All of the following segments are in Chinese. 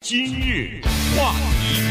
今日话题，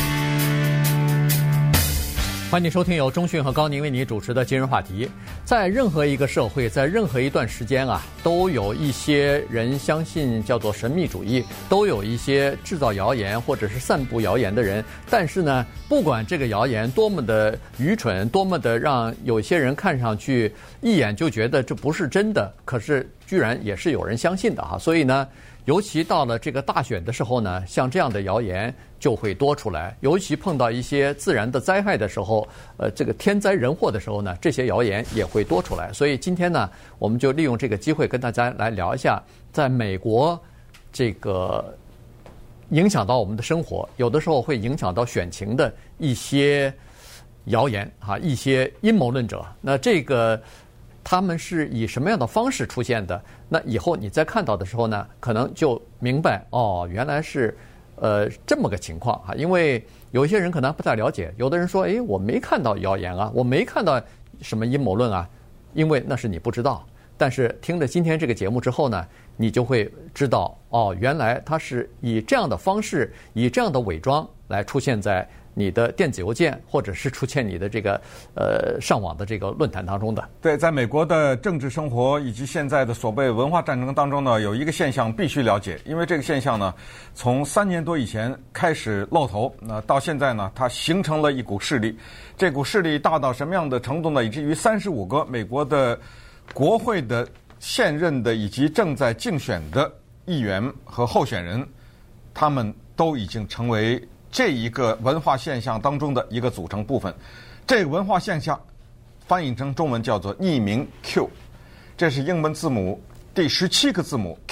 欢迎收听由钟讯和高宁为你主持的今日话题。在任何一个社会，在任何一段时间啊，都有一些人相信叫做神秘主义，都有一些制造谣言或者是散布谣言的人。但是呢，不管这个谣言多么的愚蠢，多么的让有些人看上去一眼就觉得这不是真的，可是居然也是有人相信的哈。所以呢，尤其到了这个大选的时候呢，像这样的谣言就会多出来。尤其碰到一些自然的灾害的时候，这个天灾人祸的时候呢，这些谣言也会多出来。所以今天呢，我们就利用这个机会跟大家来聊一下，在美国这个影响到我们的生活，有的时候会影响到选情的一些谣言啊，一些阴谋论者。那这个他们是以什么样的方式出现的？那以后你再看到的时候呢，可能就明白哦，原来是这么个情况啊。因为有一些人可能不太了解，有的人说，哎，我没看到谣言啊，我没看到什么阴谋论啊，因为那是你不知道。但是听了今天这个节目之后呢，你就会知道哦，原来他是以这样的方式，以这样的伪装来出现在你的电子邮件，或者是出现你的这个上网的这个论坛当中的。 对，在美国的政治生活以及现在的所谓文化战争当中呢，有一个现象必须了解，因为这个现象呢，从3年多以前开始露头，那到现在呢，它形成了一股势力。这股势力大到什么样的程度呢？以至于35个美国的国会的现任的以及正在竞选的议员和候选人，他们都已经成为这一个文化现象当中的一个组成部分。这个文化现象翻译成中文叫做匿名 Q， 这是英文字母第17个字母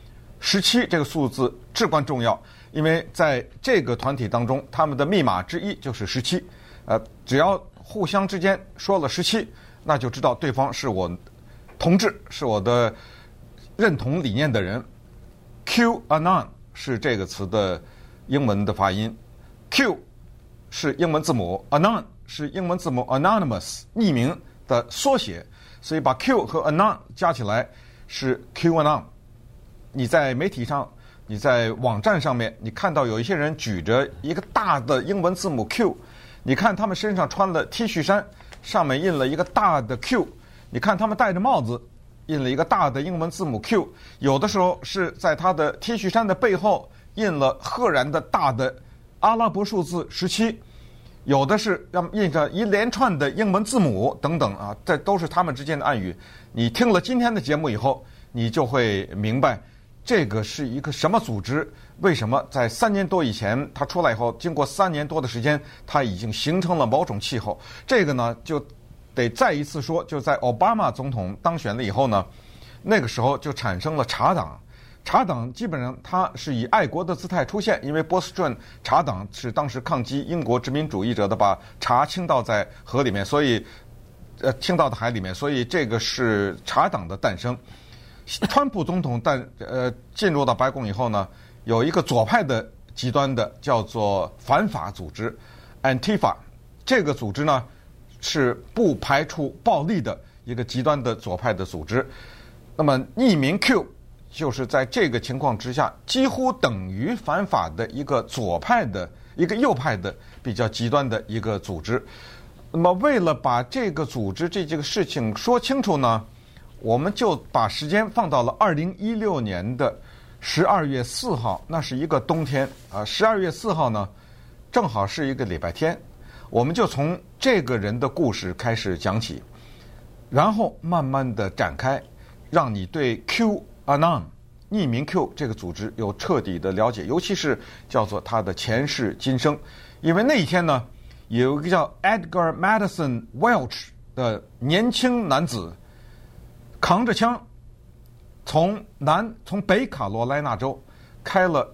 Q。17这个数字至关重要，因为在这个团体当中，他们的密码之一就是17。只要互相之间说了17，那就知道对方是我同志，是我的认同理念的人。QAnon 是这个词的英文的发音。Q 是英文字母 ，Anon 是英文字母 Anonymous 匿名的缩写，所以把 Q 和 Anon 加起来是 QAnon。你在媒体上，你在网站上面，你看到有一些人举着一个大的英文字母 Q， 你看他们身上穿了 T 恤衫，上面印了一个大的 Q， 你看他们戴着帽子，印了一个大的英文字母 Q， 有的时候是在他的 T 恤衫的背后印了赫然的大的阿拉伯数字17，有的是要印着一连串的英文字母等等啊，这都是他们之间的暗语。你听了今天的节目以后，你就会明白这个是一个什么组织，为什么在3年多以前它出来以后，经过3年多的时间，它已经形成了某种气候。这个呢，就得再一次说，就在奥巴马总统当选了以后呢，那个时候就产生了茶党。茶党基本上它是以爱国的姿态出现，因为波士顿茶党是当时抗击英国殖民主义者的，把茶倾倒在河里面，所以倾倒到海里面，所以这个是茶党的诞生。川普总统进入到白宫以后呢，有一个左派的极端的叫做反法组织 Antifa， 这个组织呢是不排除暴力的一个极端的左派的组织。那么匿名 Q就是在这个情况之下，几乎等于反法的一个左派的、一个右派的比较极端的一个组织。那么，为了把这个组织这个事情说清楚呢，我们就把时间放到了2016年的12月4号，那是一个冬天啊。12月4号呢，正好是一个礼拜天，我们就从这个人的故事开始讲起，然后慢慢的展开，让你对 QAnon 匿名 Q 这个组织有彻底的了解，尤其是叫做他的前世今生。因为那一天呢，有一个叫 Edgar Madison Welch 的年轻男子扛着枪从北卡罗来纳州开了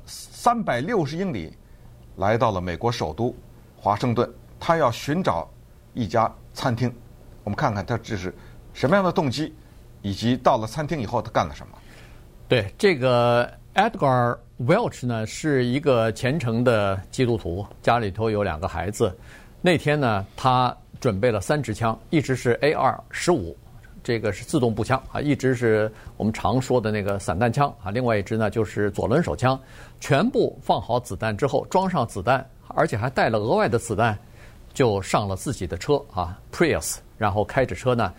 360英里来到了美国首都华盛顿，他要寻找一家餐厅。我们看看他这是什么样的动机，以及到了餐厅以后他干了什么。 对，这个 Edgar Welch 呢是一个虔诚的基督徒，家里头有2个孩子。那天呢，他准备了3支枪，一支是AR-15， 这个是自动步枪啊，一支是我们常说的那个散弹枪啊，另外一支呢就是左轮手枪，全部放好子弹之后，装上子弹，而且还带了额外的子弹，就上了自己的车啊 Prius， 然后开着车呢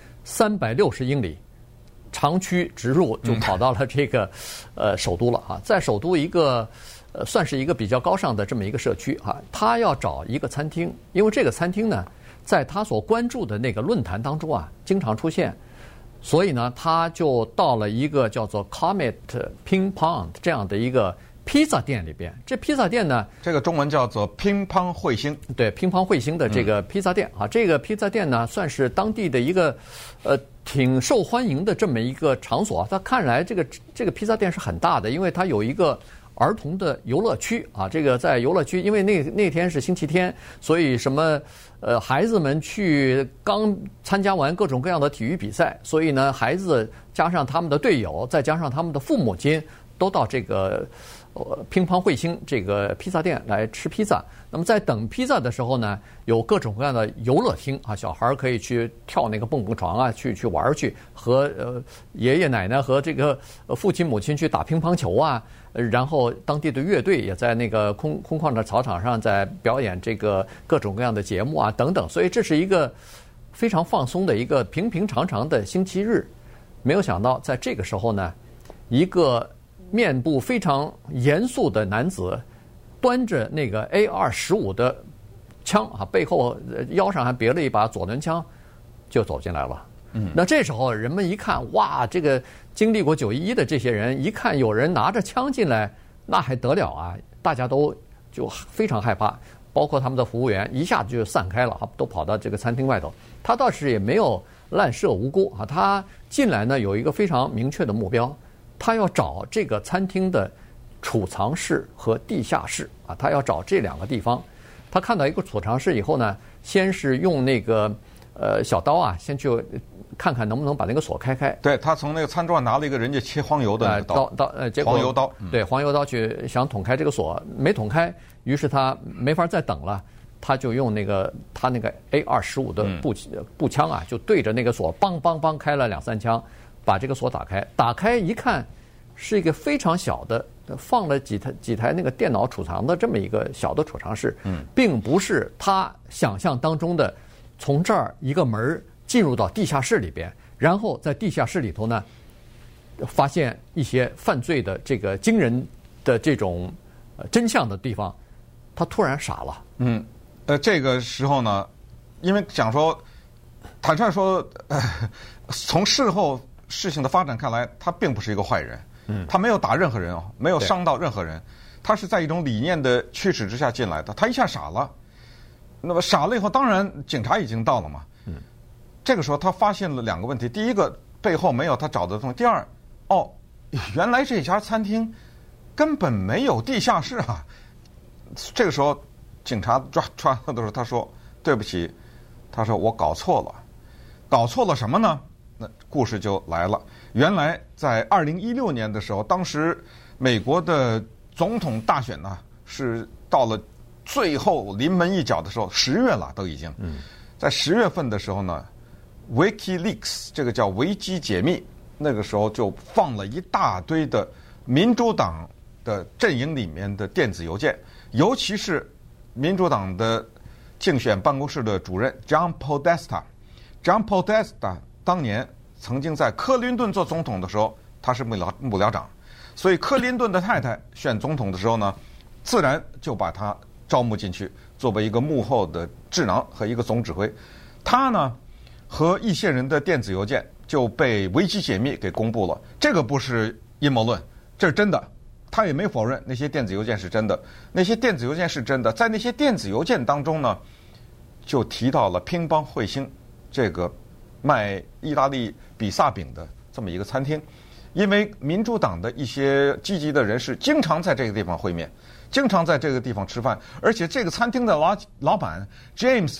360英里长驱直入，就跑到了这个首都了啊，在首都一个算是一个比较高尚的这么一个社区啊，他要找一个餐厅，因为这个餐厅呢，在他所关注的那个论坛当中啊，经常出现，所以呢，他就到了一个叫做 Comet Ping Pong 这样的一个披萨店里边。这披萨店呢， 这个中文叫做乒乓彗星， 对，乒乓彗星的这个披萨店啊，这个披萨店呢，算是当地的一个挺受欢迎的这么一个场所啊。它看来这个披萨店是很大的，因为它有一个儿童的游乐区啊，这个在游乐区，因为那天是星期天，所以什么孩子们去刚参加完各种各样的体育比赛，所以呢，孩子加上他们的队友，再加上他们的父母亲，都到这个乒乓彗星这个披萨店来吃披萨。那么在等披萨的时候呢，有各种各样的游乐厅啊，小孩可以去跳那个蹦蹦床啊，去玩去，和爷爷奶奶和这个父亲母亲去打乒乓球啊。然后当地的乐队也在那个空旷的草场上在表演这个各种各样的节目啊等等，所以这是一个非常放松的一个平平常常的星期日。没有想到在这个时候呢，一个面部非常严肃的男子端着那个 AR-15的枪啊，背后腰上还别了一把左轮枪，就走进来了。那这时候人们一看，哇，这个经历过911的这些人一看有人拿着枪进来，那还得了啊！大家都就非常害怕，包括他们的服务员一下子就散开了，都跑到这个餐厅外头。他倒是也没有滥射无辜啊，他进来呢有一个非常明确的目标，他要找这个餐厅的储藏室和地下室啊，他要找这2个地方。他看到一个储藏室以后呢，先是用那个小刀啊，先去看看能不能把那个锁开。 对，他从那个餐桌上拿了一个人家切黄油的那个刀， 结果黄油刀， 对，黄油刀去想捅开这个锁，没捅开，于是他没法再等了，他就用他那个 AR-15的步枪啊，就对着那个锁梆梆梆开了2-3枪，把这个锁打开。打开一看，是一个非常小的，放了几台那个电脑储藏的这么一个小的储藏室，并不是他想象当中的从这儿一个门进入到地下室里边，然后在地下室里头呢，发现一些犯罪的这个惊人的这种真相的地方，他突然傻了。 这个时候呢，因为讲说，坦率说，从事后事情的发展看来，他并不是一个坏人，他没有打任何人哦，没有伤到任何人，他是在一种理念的驱使之下进来的，他一下傻了。那么傻了以后，当然警察已经到了嘛。这个时候他发现了2个问题：第一个，背后没有他找的东西；第二，原来这家餐厅根本没有地下室啊。这个时候，警察抓他的时候，他说：“对不起，他说我搞错了，搞错了什么呢？”那故事就来了。原来在2016年的时候，当时美国的总统大选呢是到了最后临门一脚的时候，10月了都已经。在10月份的时候呢，WikiLeaks 这个叫维基解密，那个时候就放了一大堆的民主党的阵营里面的电子邮件，尤其是民主党的竞选办公室的主任 John Podesta。John Podesta 当年曾经在克林顿做总统的时候，他是幕僚长，所以克林顿的太太选总统的时候呢，自然就把他招募进去，作为一个幕后的智囊和一个总指挥。他呢和一些人的电子邮件就被维基解密给公布了。这个不是阴谋论，这是真的。他也没否认那些电子邮件是真的，那些电子邮件是真的。在那些电子邮件当中呢，就提到了乒乓彗星这个卖意大利比萨饼的这么一个餐厅，因为民主党的一些积极的人士经常在这个地方会面，经常在这个地方吃饭，而且这个餐厅的老板 James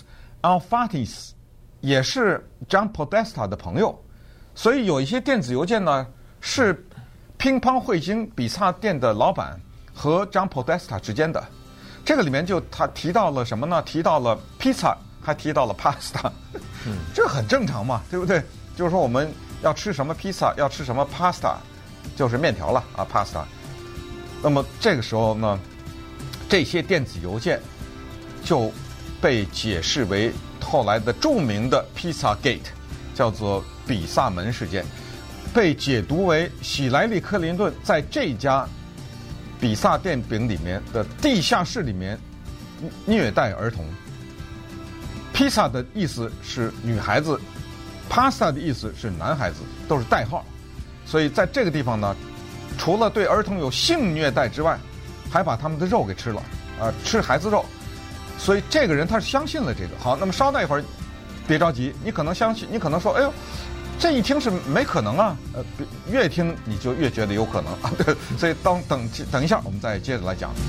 Alfatis 也是 John Podesta 的朋友，所以有一些电子邮件呢是乒乓彗星比萨店的老板和 John Podesta 之间的。这个里面他提到了什么呢？提到了披萨，还提到了 pasta，这很正常嘛，对不对？ 就是说我们要吃什么披萨，要吃什么 pasta， 就是面条了啊 pasta。那么这个时候呢，这些电子邮件就被解释为后来的著名的披萨 gate， 叫做比萨门事件，被解读为喜来利克林顿在这家比萨电饼里面的地下室里面虐待儿童。披萨的意思是女孩子，pasta 的意思是男孩子，都是代号。所以在这个地方呢，除了对儿童有性虐待之外，还把他们的肉给吃了，吃孩子肉。所以这个人他是相信了这个。好，那么稍待一会儿，别着急，你可能相信，你可能说，哎呦，这一听是没可能啊，越听你就越觉得有可能啊。对，所以等一下，我们再接着来讲。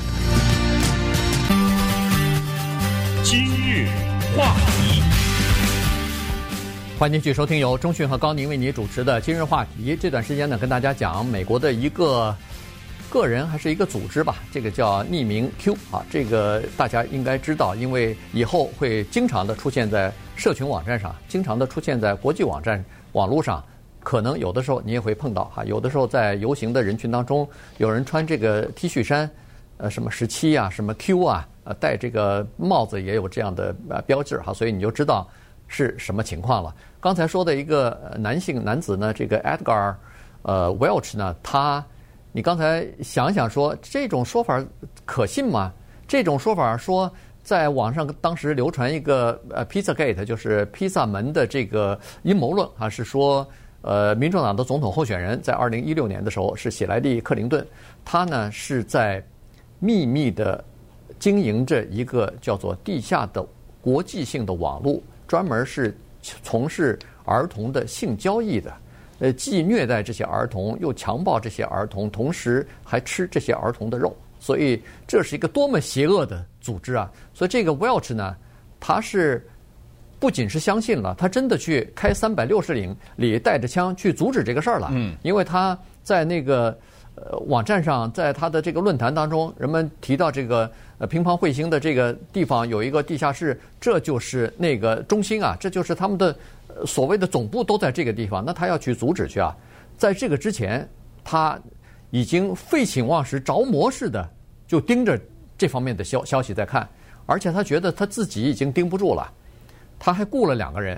今日话题， 欢迎继续收听由钟讯和高宁为你主持的今日话题。这段时间呢，跟大家讲美国的一个个人还是一个组织吧，这个叫匿名 Q 啊，这个大家应该知道，因为以后会经常的出现在社群网站上，经常的出现在国际网络上，可能有的时候你也会碰到哈，有的时候在游行的人群当中，有人穿这个 T 恤衫，什么17啊，什么 Q 啊，戴这个帽子也有这样的标志哈，所以你就知道是什么情况了。刚才说的一个男子呢，这个 Edgar Welch 呢，你刚才想想说这种说法可信吗？这种说法说在网上当时流传一个Pizzagate， 就是披萨门的这个阴谋论啊，是说民主党的总统候选人在2016年的时候是喜来利克林顿，他呢是在秘密的经营着一个叫做地下的国际性的网络，专门是从事儿童的性交易的。既虐待这些儿童，又强暴这些儿童，同时还吃这些儿童的肉，所以这是一个多么邪恶的组织啊！所以这个 Welch 呢，他是不仅是相信了，他真的去开360里带着枪去阻止这个事儿了。因为他在那个网站上，在他的这个论坛当中，人们提到这个乒乓彗星的这个地方有一个地下室，这就是那个中心啊，这就是他们的所谓的总部都在这个地方，那他要去阻止去啊。在这个之前，他已经废寝忘食、着魔似的就盯着这方面的消息在看，而且他觉得他自己已经盯不住了，他还雇了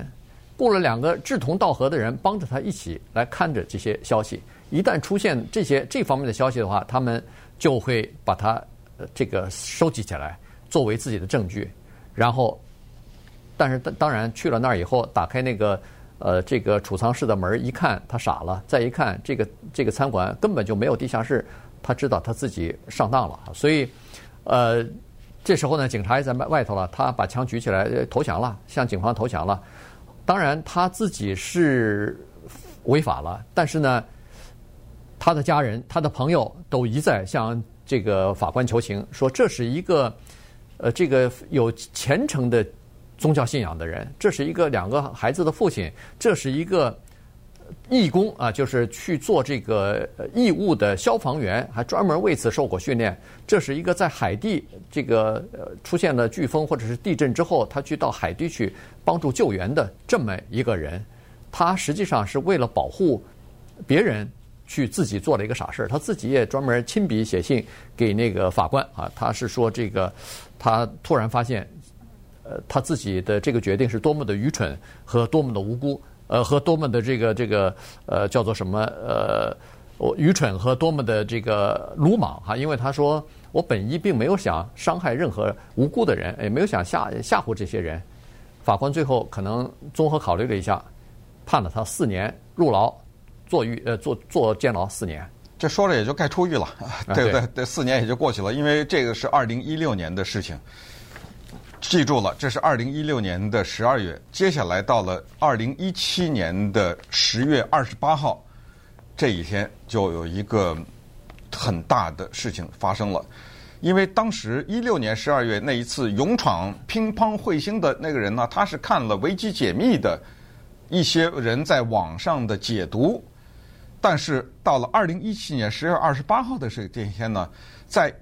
2个志同道合的人帮着他一起来看着这些消息。一旦出现这方面的消息的话，他们就会把它这个收集起来作为自己的证据，然后。但是当然去了那儿以后，打开那个这个储藏室的门一看，他傻了。再一看，这个餐馆根本就没有地下室，他知道他自己上当了。所以，这时候呢，警察也在外头了，他把枪举起来投降了，向警方投降了。当然他自己是违法了，但是呢，他的家人、他的朋友都一再向这个法官求情，说这是一个这个有虔诚的宗教信仰的人，这是一个2个孩子的父亲，这是一个义工啊，就是去做这个义务的消防员，还专门为此受过训练。这是一个在海地这个出现了飓风或者是地震之后，他去到海地去帮助救援的这么一个人。他实际上是为了保护别人去自己做了一个傻事，他自己也专门亲笔写信给那个法官啊，他是说这个他突然发现。他自己的这个决定是多么的愚蠢和多么的无辜，和多么的这个叫做什么愚蠢和多么的这个鲁莽哈，因为他说我本意并没有想伤害任何无辜的人，也没有想吓唬这些人。法官最后可能综合考虑了一下，判了他4年入牢，坐监牢4年。 这说着也就该出狱了，对不对？这4年也就过去了，因为这个是2016年的事情。记住了，这是2016年的12月，接下来到了2017年的10月28号，这一天就有一个很大的事情发生了。因为当时16年12月那一次勇闯乒乓彗星的那个人呢，他是看了维基解密的一些人在网上的解读，但是到了2017年10月28号的这一天呢，在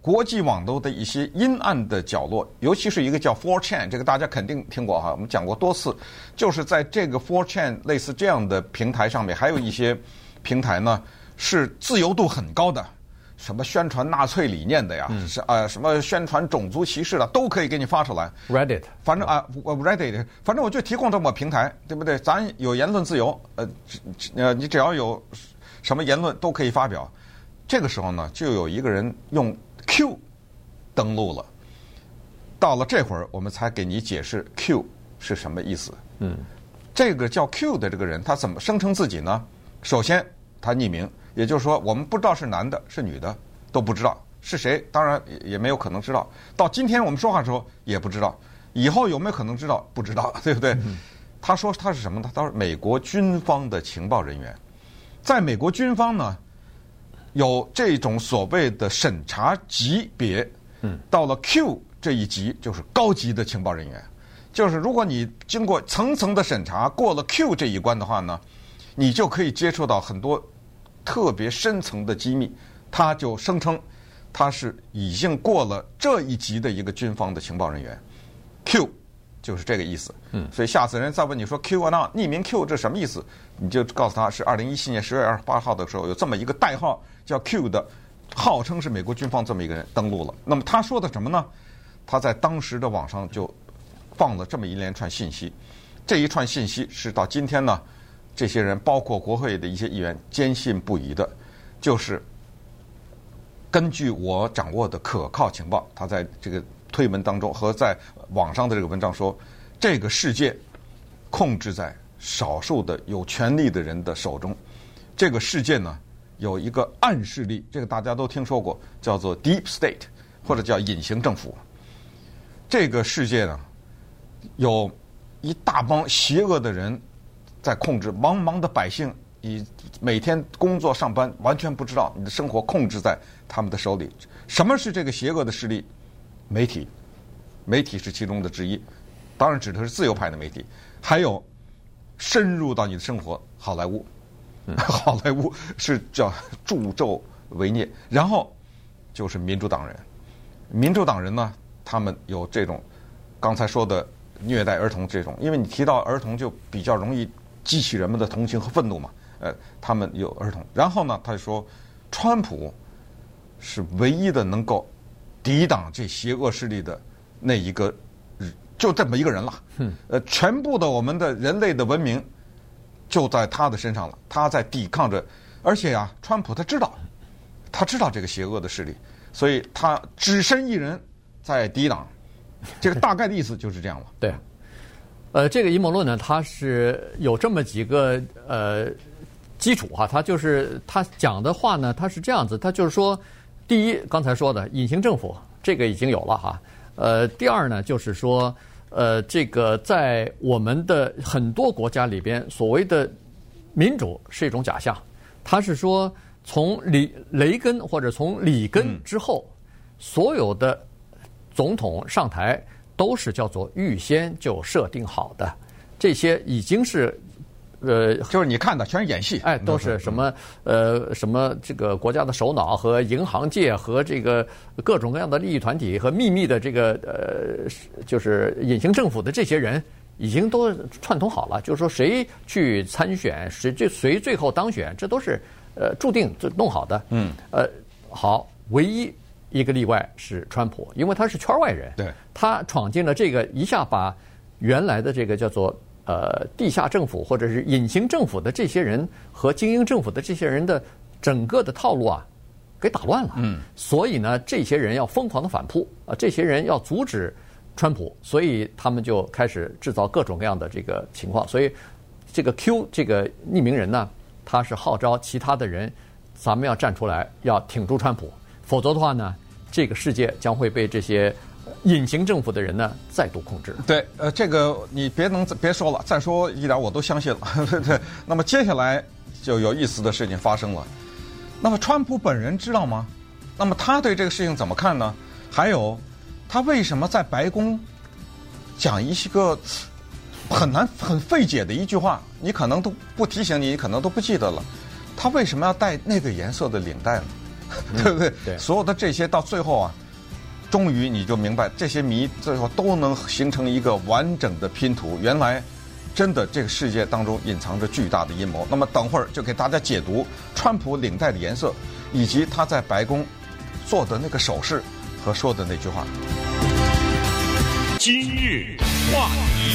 国际网络的一些阴暗的角落，尤其是一个叫 4chan， 这个大家肯定听过哈，我们讲过多次，就是在这个 4chan 类似这样的平台上面，还有一些平台呢是自由度很高的，什么宣传纳粹理念的呀，什么宣传种族歧视的，都可以给你发出来。 Reddit， 反正Reddit， 反正我就提供这么平台，对不对？咱有言论自由，你只要有什么言论都可以发表。这个时候呢，就有一个人用 Q 登录了。到了这会儿，我们才给你解释 Q 是什么意思。这个叫 Q 的这个人，他怎么声称自己呢？首先，他匿名，也就是说，我们不知道是男的，是女的，都不知道是谁，当然也没有可能知道。到今天我们说话的时候也不知道，以后有没有可能知道？不知道，对不对？他说他是什么呢？他是美国军方的情报人员，在美国军方呢，有这种所谓的审查级别，到了 Q 这一级就是高级的情报人员，就是如果你经过层层的审查，过了 Q 这一关的话呢，你就可以接触到很多特别深层的机密。他就声称他是已经过了这一级的一个军方的情报人员 ，Q 就是这个意思。所以下次人再问你说 Q 啊，匿名 Q 这什么意思？你就告诉他是2017年10月28号的时候有这么一个代号叫 Q 的，号称是美国军方这么一个人登陆了。那么他说的什么呢？他在当时的网上就放了这么一连串信息，这一串信息是到今天呢，这些人包括国会的一些议员坚信不疑的，就是根据我掌握的可靠情报，他在这个推文当中和在网上的这个文章说，这个世界控制在少数的有权力的人的手中。这个世界呢，有一个暗势力，这个大家都听说过，叫做 Deep State 或者叫隐形政府。这个世界呢，有一大帮邪恶的人在控制茫茫的百姓，你每天工作上班完全不知道，你的生活控制在他们的手里。什么是这个邪恶的势力？媒体是其中的之一，当然指的是自由派的媒体，还有深入到你的生活，好莱坞，好莱坞是叫助纣为虐。然后就是民主党人，民主党人呢，他们有这种刚才说的虐待儿童这种，因为你提到儿童就比较容易激起人们的同情和愤怒嘛。他们有儿童。然后呢，他就说，川普是唯一的能够抵挡这邪恶势力的那一个，就这么一个人了。全部的我们的人类的文明就在他的身上了，他在抵抗着。而且啊，川普他知道这个邪恶的势力，所以他只身一人在抵挡。这个大概的意思就是这样了。 对。这个阴谋论呢，它是有这么几个基础哈，他讲的话呢，他是这样子，他就是说，第一，刚才说的隐形政府，这个已经有了哈。第二呢，就是说，这个在我们的很多国家里边，所谓的民主是一种假象。他是说，从雷根或者从里根之后，所有的总统上台都是叫做预先就设定好的，这些已经是。 就是你看的全是演戏， 都是什么什么这个国家的首脑和银行界和这个各种各样的利益团体和秘密的这个就是隐形政府的这些人已经都串通好了，就是说谁去参选，谁最后当选，这都是注定就弄好的。好，唯一一个例外是川普，因为他是圈外人， 对， 他闯进了这个，一下把原来的这个叫做。地下政府或者是隐形政府的这些人和精英政府的这些人的整个的套路啊，给打乱了。所以呢，这些人要疯狂的反扑啊，这些人要阻止川普，所以他们就开始制造各种各样的这个情况。所以这个 Q 这个匿名人呢，他是号召其他的人，咱们要站出来，要挺住川普，否则的话呢，这个世界将会被这些。隐形政府的人呢，再度控制。 对，这个你别说了，再说一点我都相信了。对，那么接下来就有意思的事情发生了。那么川普本人知道吗？那么他对这个事情怎么看呢？还有，他为什么在白宫讲一个很费解的一句话？你可能都不提醒你，可能都不记得了。他为什么要戴那个颜色的领带呢？ 对不对？ 对， 所有的这些到最后啊，终于你就明白，这些谜最后都能形成一个完整的拼图。原来，真的这个世界当中隐藏着巨大的阴谋。那么等会儿就给大家解读川普领带的颜色，以及他在白宫做的那个手势和说的那句话。 今日话题，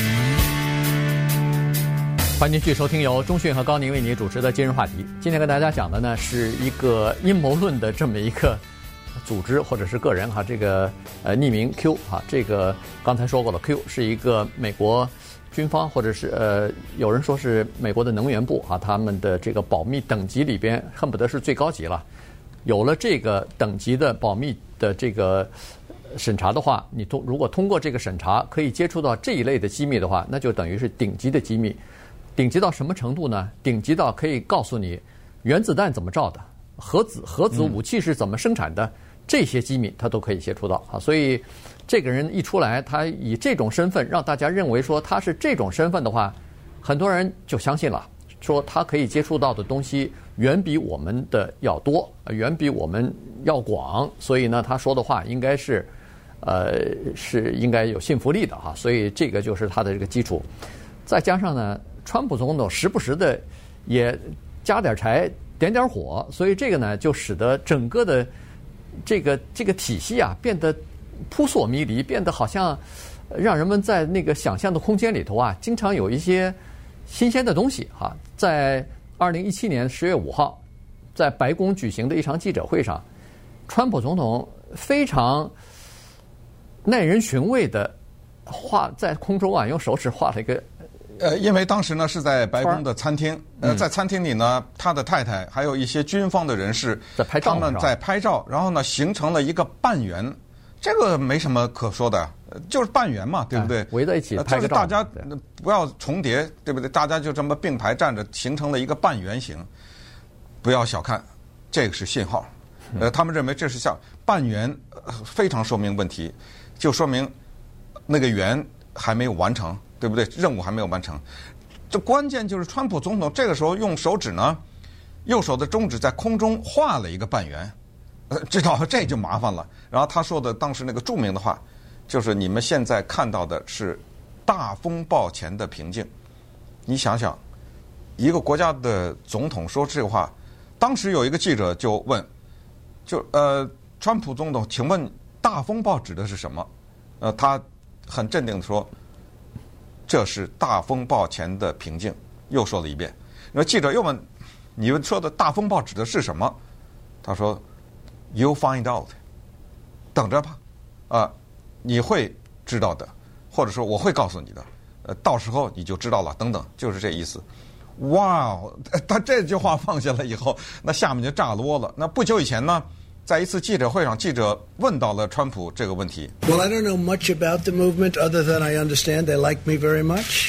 欢迎继续收听由钟讯和高宁为你主持的今日话题。今天跟大家讲的呢是一个阴谋论的这么一个组织或者是个人哈，这个匿名 Q 哈，这个刚才说过了 ，Q 是一个美国军方或者是有人说是美国的能源部啊，他们的这个保密等级里边恨不得是最高级了。有了这个等级的保密的这个审查的话，你如果通过这个审查可以接触到这一类的机密的话，那就等于是顶级的机密。顶级到什么程度呢？顶级到可以告诉你原子弹怎么造的，核子武器是怎么生产的，这些机密他都可以接触到啊。所以这个人一出来，他以这种身份让大家认为说他是这种身份的话，很多人就相信了，说他可以接触到的东西远比我们的要多，远比我们要广，所以呢，他说的话应该是应该有信服力的哈。所以这个就是他的这个基础。再加上呢，川普总统时不时的也加点柴点点火，所以这个呢就使得整个的这个体系啊变得扑朔迷离，变得好像让人们在那个想象的空间里头啊，经常有一些新鲜的东西哈。在2017年10月5号，在白宫举行的一场记者会上，川普总统非常耐人寻味的画在空中啊，用手指画了一个。 因为当时呢是在白宫的餐厅，在餐厅里呢，他的太太还有一些军方的人士在拍照， 他们在拍照，然后呢形成了一个半圆，这个没什么可说的，就是半圆嘛，对不对？ 围在一起拍个照， 就是大家不要重叠，对不对？大家就这么并排站着，形成了一个半圆形。不要小看，这个是信号。他们认为这是像半圆，非常说明问题，就说明那个圆还没有完成。对不对？任务还没有完成，这关键就是川普总统这个时候用手指呢，右手的中指在空中画了一个半圆，知道这就麻烦了。然后他说的当时那个著名的话，就是你们现在看到的是大风暴前的平静。你想想，一个国家的总统说这话，当时有一个记者就问，川普总统，请问大风暴指的是什么？他很镇定的说。这是大风暴前的平静，又说了一遍。然后记者又问：“你们说的大风暴指的是什么？”他说 ：“You'll find out， 等着吧，你会知道的，或者说我会告诉你的，到时候你就知道了，等等，就是这意思。”哇，他这句话放下来以后，那下面就炸窝了。那不久以前呢？在一次记者会上，记者问到了川普这个问题。 Well, I don't know much about the movement other than I understand they like me very much,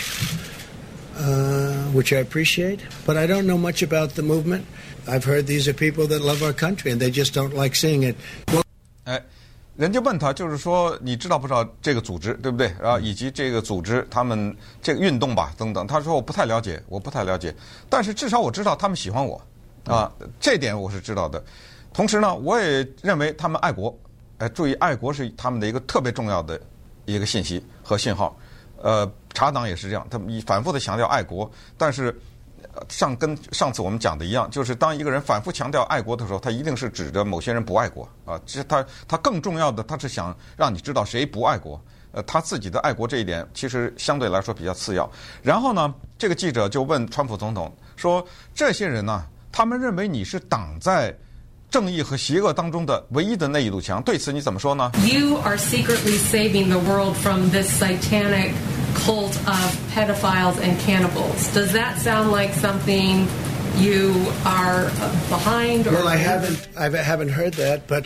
which I appreciate. But I don't know much about the movement. I've heard these are people that love our country and they just don't like seeing it. Well, 人家问他，就是说你知道不知道这个组织，对不对？然后以及这个组织他们这个运动吧，等等。他说我不太了解，但是至少我知道他们喜欢我啊，这点我是知道的。同时呢，我也认为他们爱国，注意，爱国是他们的一个特别重要的一个信息和信号。茶党也是这样，他们反复的强调爱国，但是跟上次我们讲的一样，就是当一个人反复强调爱国的时候，他一定是指着某些人不爱国啊。其实他更重要的，他是想让你知道谁不爱国。他自己的爱国这一点其实相对来说比较次要。然后呢，这个记者就问川普总统说：“这些人呢，他们认为你是挡在正义和邪恶当中的唯一的那一堵墙，对此你怎么说呢？” You are secretly saving the world from this satanic cult of pedophiles and cannibals. Does that sound like something you are behind? Or Well, I haven't heard that, but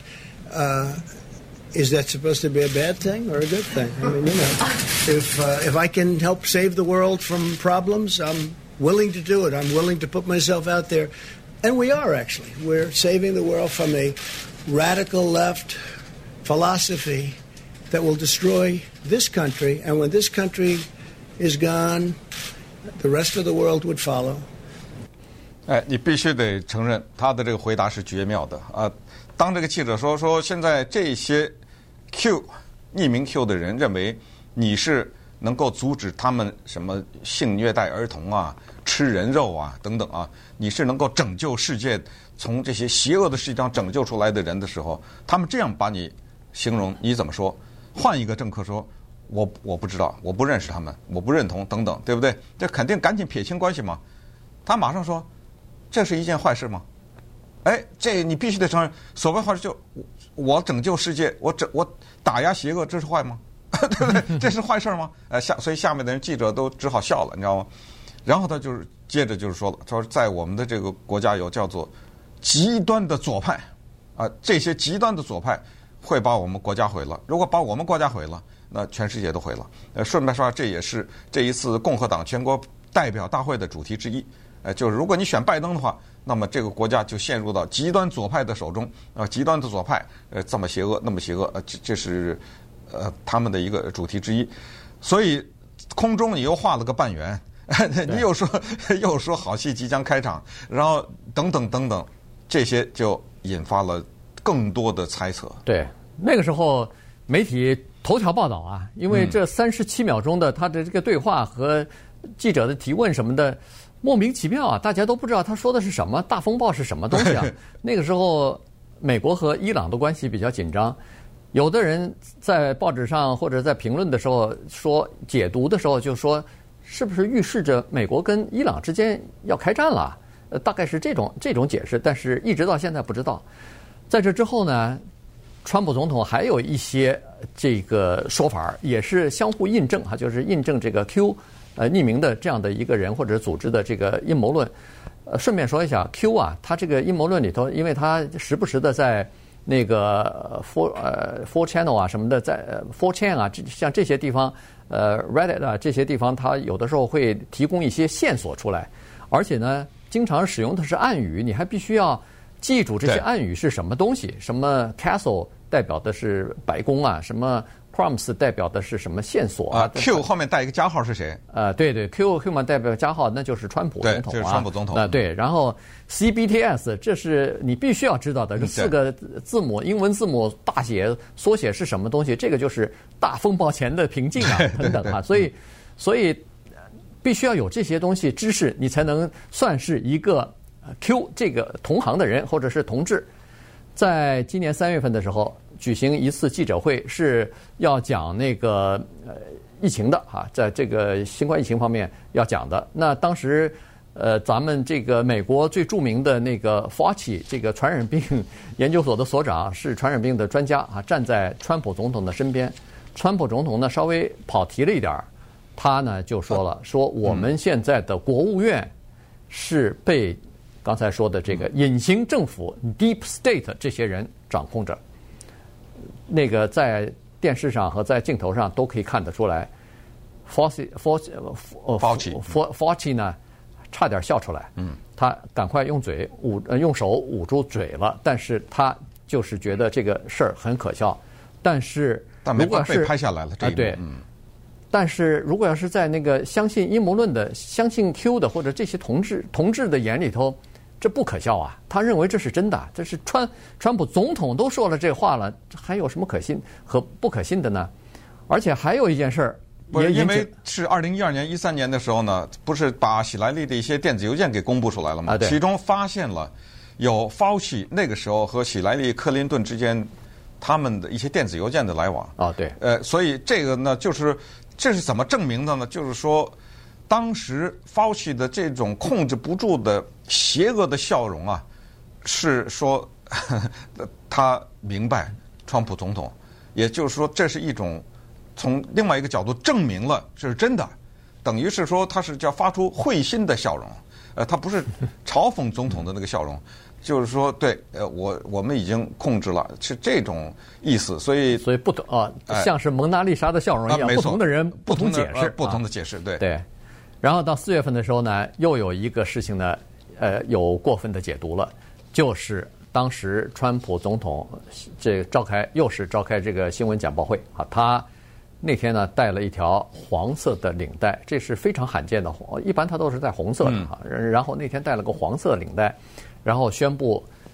is that supposed to be a bad thing or a good thing? I mean, if I can help save the world from problems, I'm willing to do it. I'm willing to put myself out there. And we are, actually. We're saving the world from a radical left philosophy that will destroy this country. And when this country is gone, the rest of the world would follow. 你必须得承认他的这个回答是绝妙的啊！ 当这个记者说现在这些 Q 匿名 Q 的人认为你是能够阻止他们什么性虐待儿童啊、吃人肉啊等等啊，你是能够拯救世界，从这些邪恶的世界上拯救出来的人的时候，他们这样把你形容，你怎么说？换一个政客说，我不知道，我不认识他们，我不认同等等，对不对？这肯定赶紧撇清关系嘛。他马上说，这是一件坏事吗？哎，这你必须得承认，所谓坏事就我拯救世界，我打压邪恶，这是坏吗？对不对？这是坏事吗？所以下面的人记者都只好笑了，你知道吗？然后他就是接着就是说了，他说在我们的这个国家有叫做极端的左派啊，这些极端的左派会把我们国家毁了。如果把我们国家毁了，那全世界都毁了。顺便说，这也是这一次共和党全国代表大会的主题之一。就是如果你选拜登的话，那么这个国家就陷入到极端左派的手中极端的左派这么邪恶那么邪恶这是他们的一个主题之一。所以空中你又画了个半圆，你又说好戏即将开场，然后等等等等，这些就引发了更多的猜测。 对，那个时候媒体头条报道啊，因为这37秒钟的他的这个对话和记者的提问什么的，莫名其妙啊，大家都不知道他说的是什么，大风暴是什么东西啊。那个时候美国和伊朗的关系比较紧张，有的人在报纸上或者在评论的时候说，解读的时候就说，是不是预示着美国跟伊朗之间要开战了？大概是这种解释，但是一直到现在不知道。在这之后呢，川普总统还有一些这个说法，也是相互印证就是印证这个 Q 匿名的这样的一个人或者组织的这个阴谋论。顺便说一下 ，Q 啊，他这个阴谋论里头，因为他时不时的在那个4 channel 啊什么的，在4chan 啊，像这些地方，Reddit 啊这些地方，他有的时候会提供一些线索出来，而且呢，经常使用的是暗语，你还必须要记住这些暗语是什么东西，什么 castle 代表的是白宫啊，什么 promise 代表的是什么线索啊 ？Q 后面带一个加号是谁？ 对 ，Q 嘛代表加号，那就是川普总统啊， 就是川普总统。 对，然后 CBTS 这是你必须要知道的，这4个字母，英文字母大写缩写是什么东西？这个就是大风暴前的平静啊，等等啊，所以必须要有这些东西知识，你才能算是一个Q 这个同行的人或者是同志。在今年3月份的时候，举行一次记者会，是要讲那个疫情的在这个新冠疫情方面要讲的。那当时咱们这个美国最著名的那个 Fauci 这个传染病研究所的所长，是传染病的专家站在川普总统的身边。川普总统呢稍微跑题了一点，他呢就说了，说我们现在的国务院是被刚才说的这个隐形政府 Deep State 这些人掌控着。那个在电视上和在镜头上都可以看得出来 Fauci 呢差点笑出来，他赶快用手捂住嘴了，但是他就是觉得这个事儿很可笑。但如果是被拍下来了， 对，但是如果要是在那个相信阴谋论的、相信 Q 的或者这些同志的眼里头，这不可笑啊！他认为这是真的，这是川普总统都说了这话了，还有什么可信和不可信的呢？而且还有一件事儿， 不是因为是2012年、13年的时候呢，不是把喜来利的一些电子邮件给公布出来了吗？其中发现了有 Fauci 那个时候和喜来利、克林顿之间他们的一些电子邮件的来往对， 所以这个呢，就是这是怎么证明的呢？就是说，当时 Fauci 的这种控制不住的邪恶的笑容啊，是说他明白川普总统，也就是说，这是一种从另外一个角度证明了这是真的，等于是说他是叫发出会心的笑容，他不是嘲讽总统的那个笑容。就是说，对，我们已经控制了，是这种意思，所以不同像是蒙娜丽莎的笑容一样，不同的人不同解释， 不同的解释， 对。然后到4月份的时候呢，又有一个事情呢，有过分的解读了，就是当时川普总统又是召开这个新闻简报会他那天呢带了一条黄色的领带，这是非常罕见的，一般他都是带红色的然后那天带了个黄色领带。然后宣布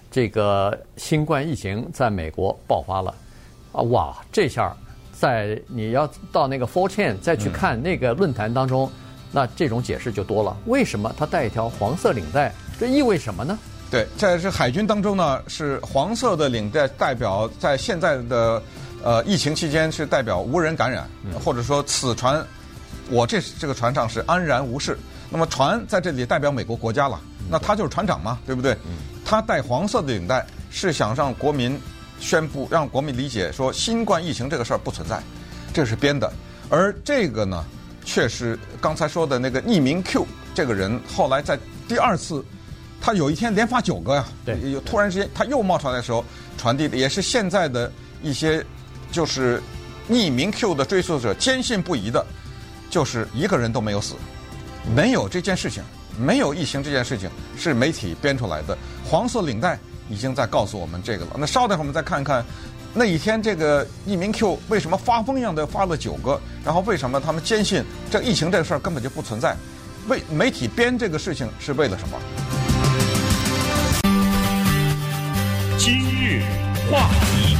这个新冠疫情在美国爆发了，哇，这下在你要到那个 4chan 再去看那个论坛当中，那这种解释就多了。为什么他带一条黄色领带？这意味什么呢？ 对，在这海军当中呢，是黄色的领带代表在现在的疫情期间是代表无人感染，或者说此船我这个船上是安然无事。那么船在这里代表美国国家了，那他就是船长嘛，对不对？他戴黄色的领带是想让国民宣布，让国民理解说新冠疫情这个事儿不存在，这是编的。而这个呢，确实刚才说的那个匿名 Q 这个人，后来在第二次，他有一天连发9个呀， 对， 突然之间他又冒出来的时候，传递的也是现在的一些就是匿名 Q 的追溯者坚信不疑的，就是一个人都没有死，没有这件事情，没有疫情这件事情是媒体编出来的。黄色领带已经在告诉我们这个了。那稍等会儿我们再看看那一天这个匿名 Q 为什么发疯一样的发了9个，然后为什么他们坚信这疫情这个事儿根本就不存在，为媒体编这个事情是为了什么？ 今日话题。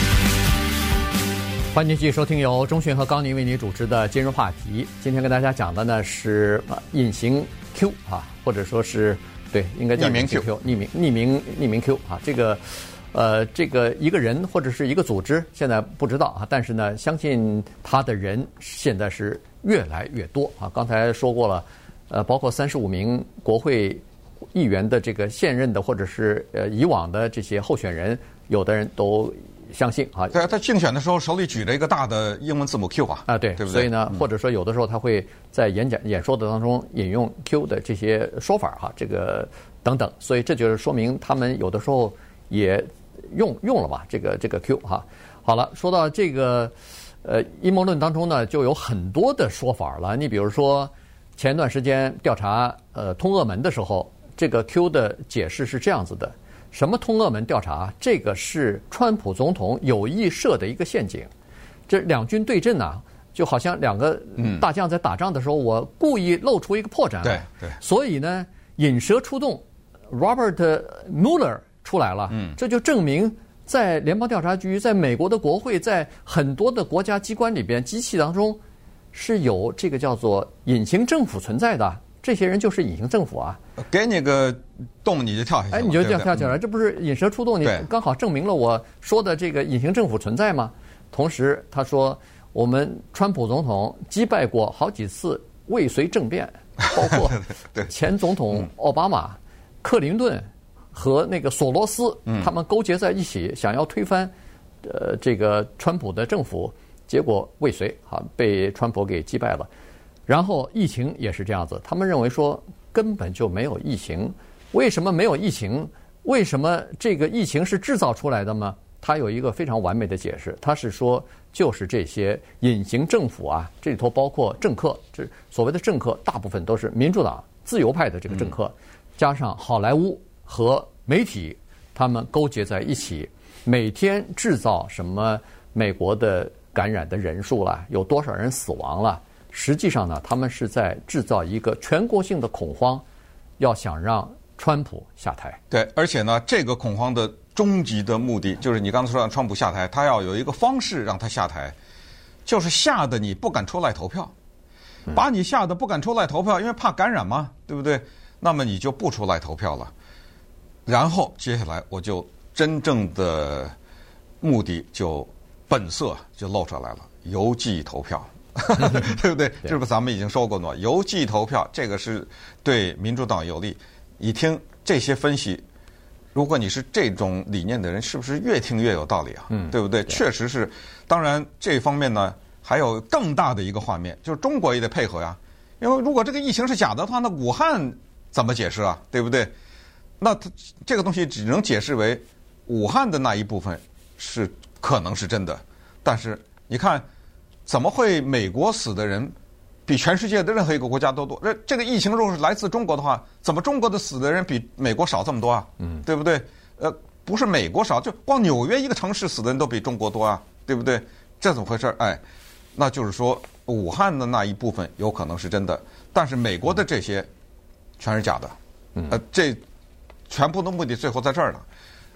欢迎继续收听由钟迅和高宁为你主持的今日话题。今天跟大家讲的呢是隐形 Q 啊，或者说是对，应该叫匿名 Q， 匿名 Q 啊，这个一个人或者是一个组织，现在不知道啊，但是呢，相信他的人现在是越来越多啊。刚才说过了，包括35名国会议员的这个现任的或者是以往的这些候选人，有的人都相信啊。 对，他竞选的时候手里举着一个大的英文字母 Q 啊， 对， 对不对？ 所以呢，或者说有的时候他会在演说的当中引用 Q 的这些说法哈，这个等等，所以这就是说明他们有的时候也用了嘛，这个 Q 哈。好了，说到这个阴谋论当中呢，就有很多的说法了。你比如说前段时间调查通俄门的时候，这个 Q 的解释是这样子的。什么通俄门调查？这个是川普总统有意设的一个陷阱。这两军对阵啊，就好像两个大将在打仗的时候，我故意露出一个破绽来。 对。 所以呢，引蛇出洞 ，Robert Mueller 出来了。这就证明在联邦调查局、在美国的国会、在很多的国家机关里边、机器当中，是有这个叫做隐形政府存在的。这些人就是隐形政府啊！ 给你个洞你就跳下去了， 你就这样跳下来，这不是引蛇出洞？你刚好证明了我说的这个隐形政府存在吗？同时，他说我们川普总统击败过好几次未遂政变，包括前总统奥巴马、克林顿和那个索罗斯，他们勾结在一起，想要推翻这个川普的政府，结果未遂，被川普给击败了。然后疫情也是这样子，他们认为说根本就没有疫情，为什么没有疫情？为什么这个疫情是制造出来的吗？他有一个非常完美的解释，他是说就是这些隐形政府啊，这里头包括政客，这所谓的政客大部分都是民主党自由派的这个政客，加上好莱坞和媒体，他们勾结在一起，每天制造什么美国的感染的人数了，有多少人死亡了。实际上呢，他们是在制造一个全国性的恐慌，要想让川普下台。 对，而且呢，这个恐慌的终极的目的就是你刚才说让川普下台，他要有一个方式让他下台，就是吓得你不敢出来投票，把你吓得不敢出来投票，因为怕感染嘛，对不对？那么你就不出来投票了，然后接下来我就真正的目的就本色就露出来了，邮寄投票。对不对？这不咱们已经说过了，邮寄投票这个是对民主党有利。你听这些分析，如果你是这种理念的人，是不是越听越有道理啊？对不对？确实是。当然这方面呢，还有更大的一个画面，就是中国也得配合呀。因为如果这个疫情是假的话，那武汉怎么解释啊？对不对？那它这个东西只能解释为武汉的那一部分是可能是真的，但是你看。怎么会美国死的人比全世界的任何一个国家都多？这个疫情如果是来自中国的话，怎么中国的死的人比美国少这么多啊？对不对？不是美国少，就光纽约一个城市死的人都比中国多啊，对不对？这怎么回事？那就是说武汉的那一部分有可能是真的，但是美国的这些全是假的。这全部的目的最后在这儿了。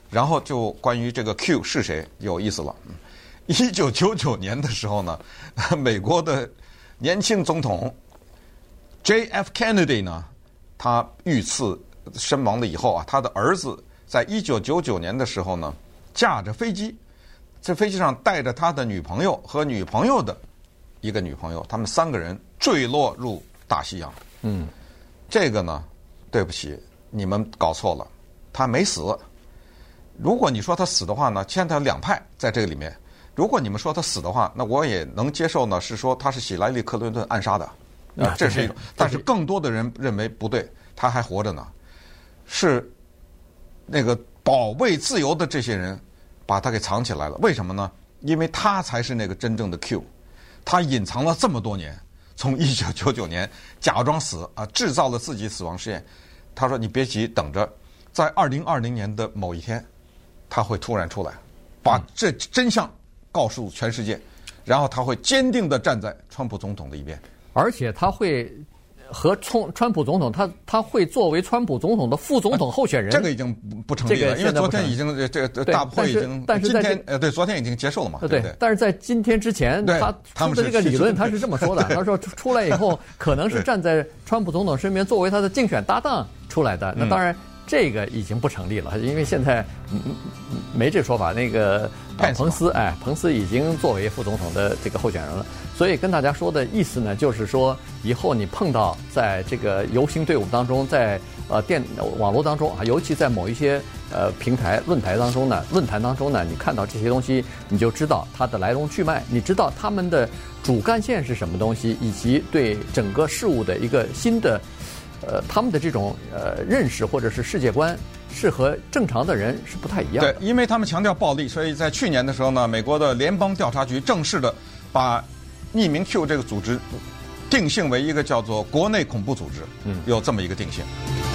然后就关于这个 Q 是谁有意思了。1999年的时候呢，美国的年轻总统 J.F. Kennedy 呢，他遇刺身亡了以后啊，他的儿子在1999年的时候呢，驾着飞机，在飞机上带着他的女朋友和女朋友的一个女朋友，他们3个人坠落入大西洋。这个呢，对不起，你们搞错了，他没死。如果你说他死的话呢，现在有2派在这个里面。如果你们说他死的话，那我也能接受呢，是说他是希拉里·克林顿暗杀的，这是一种。但是更多的人认为不对，他还活着呢，是那个保卫自由的这些人把他给藏起来了。为什么呢？因为他才是那个真正的 Q， 他隐藏了这么多年，从1999年假装死啊，制造了自己死亡试验。他说：“你别急，等着，在2020年的某一天，他会突然出来，把这真相告诉全世界，然后他会坚定地站在川普总统的一边， 而且他会和川普总统，他会作为川普总统的副总统候选人。 这个已经不成立了，因为昨天已经这大会已经， 但是今天对，昨天已经结束了嘛。对， 但是在今天之前，他出的这个理论他是这么说的，他说出来以后可能是站在川普总统身边作为他的竞选搭档出来的。那当然。这个已经不成立了，因为现在没这说法。那个彭斯已经作为副总统的这个候选人了，所以跟大家说的意思呢，就是说以后你碰到在这个游行队伍当中，在网络当中啊，尤其在某一些平台论坛当中呢，你看到这些东西，你就知道它的来龙去脉，你知道他们的主干线是什么东西，以及对整个事物的一个新的。他们的这种认识或者是世界观是和正常的人是不太一样的。 对，因为他们强调暴力，所以在去年的时候呢，美国的联邦调查局正式的把匿名 Q 这个组织定性为一个叫做国内恐怖组织，有这么一个定性。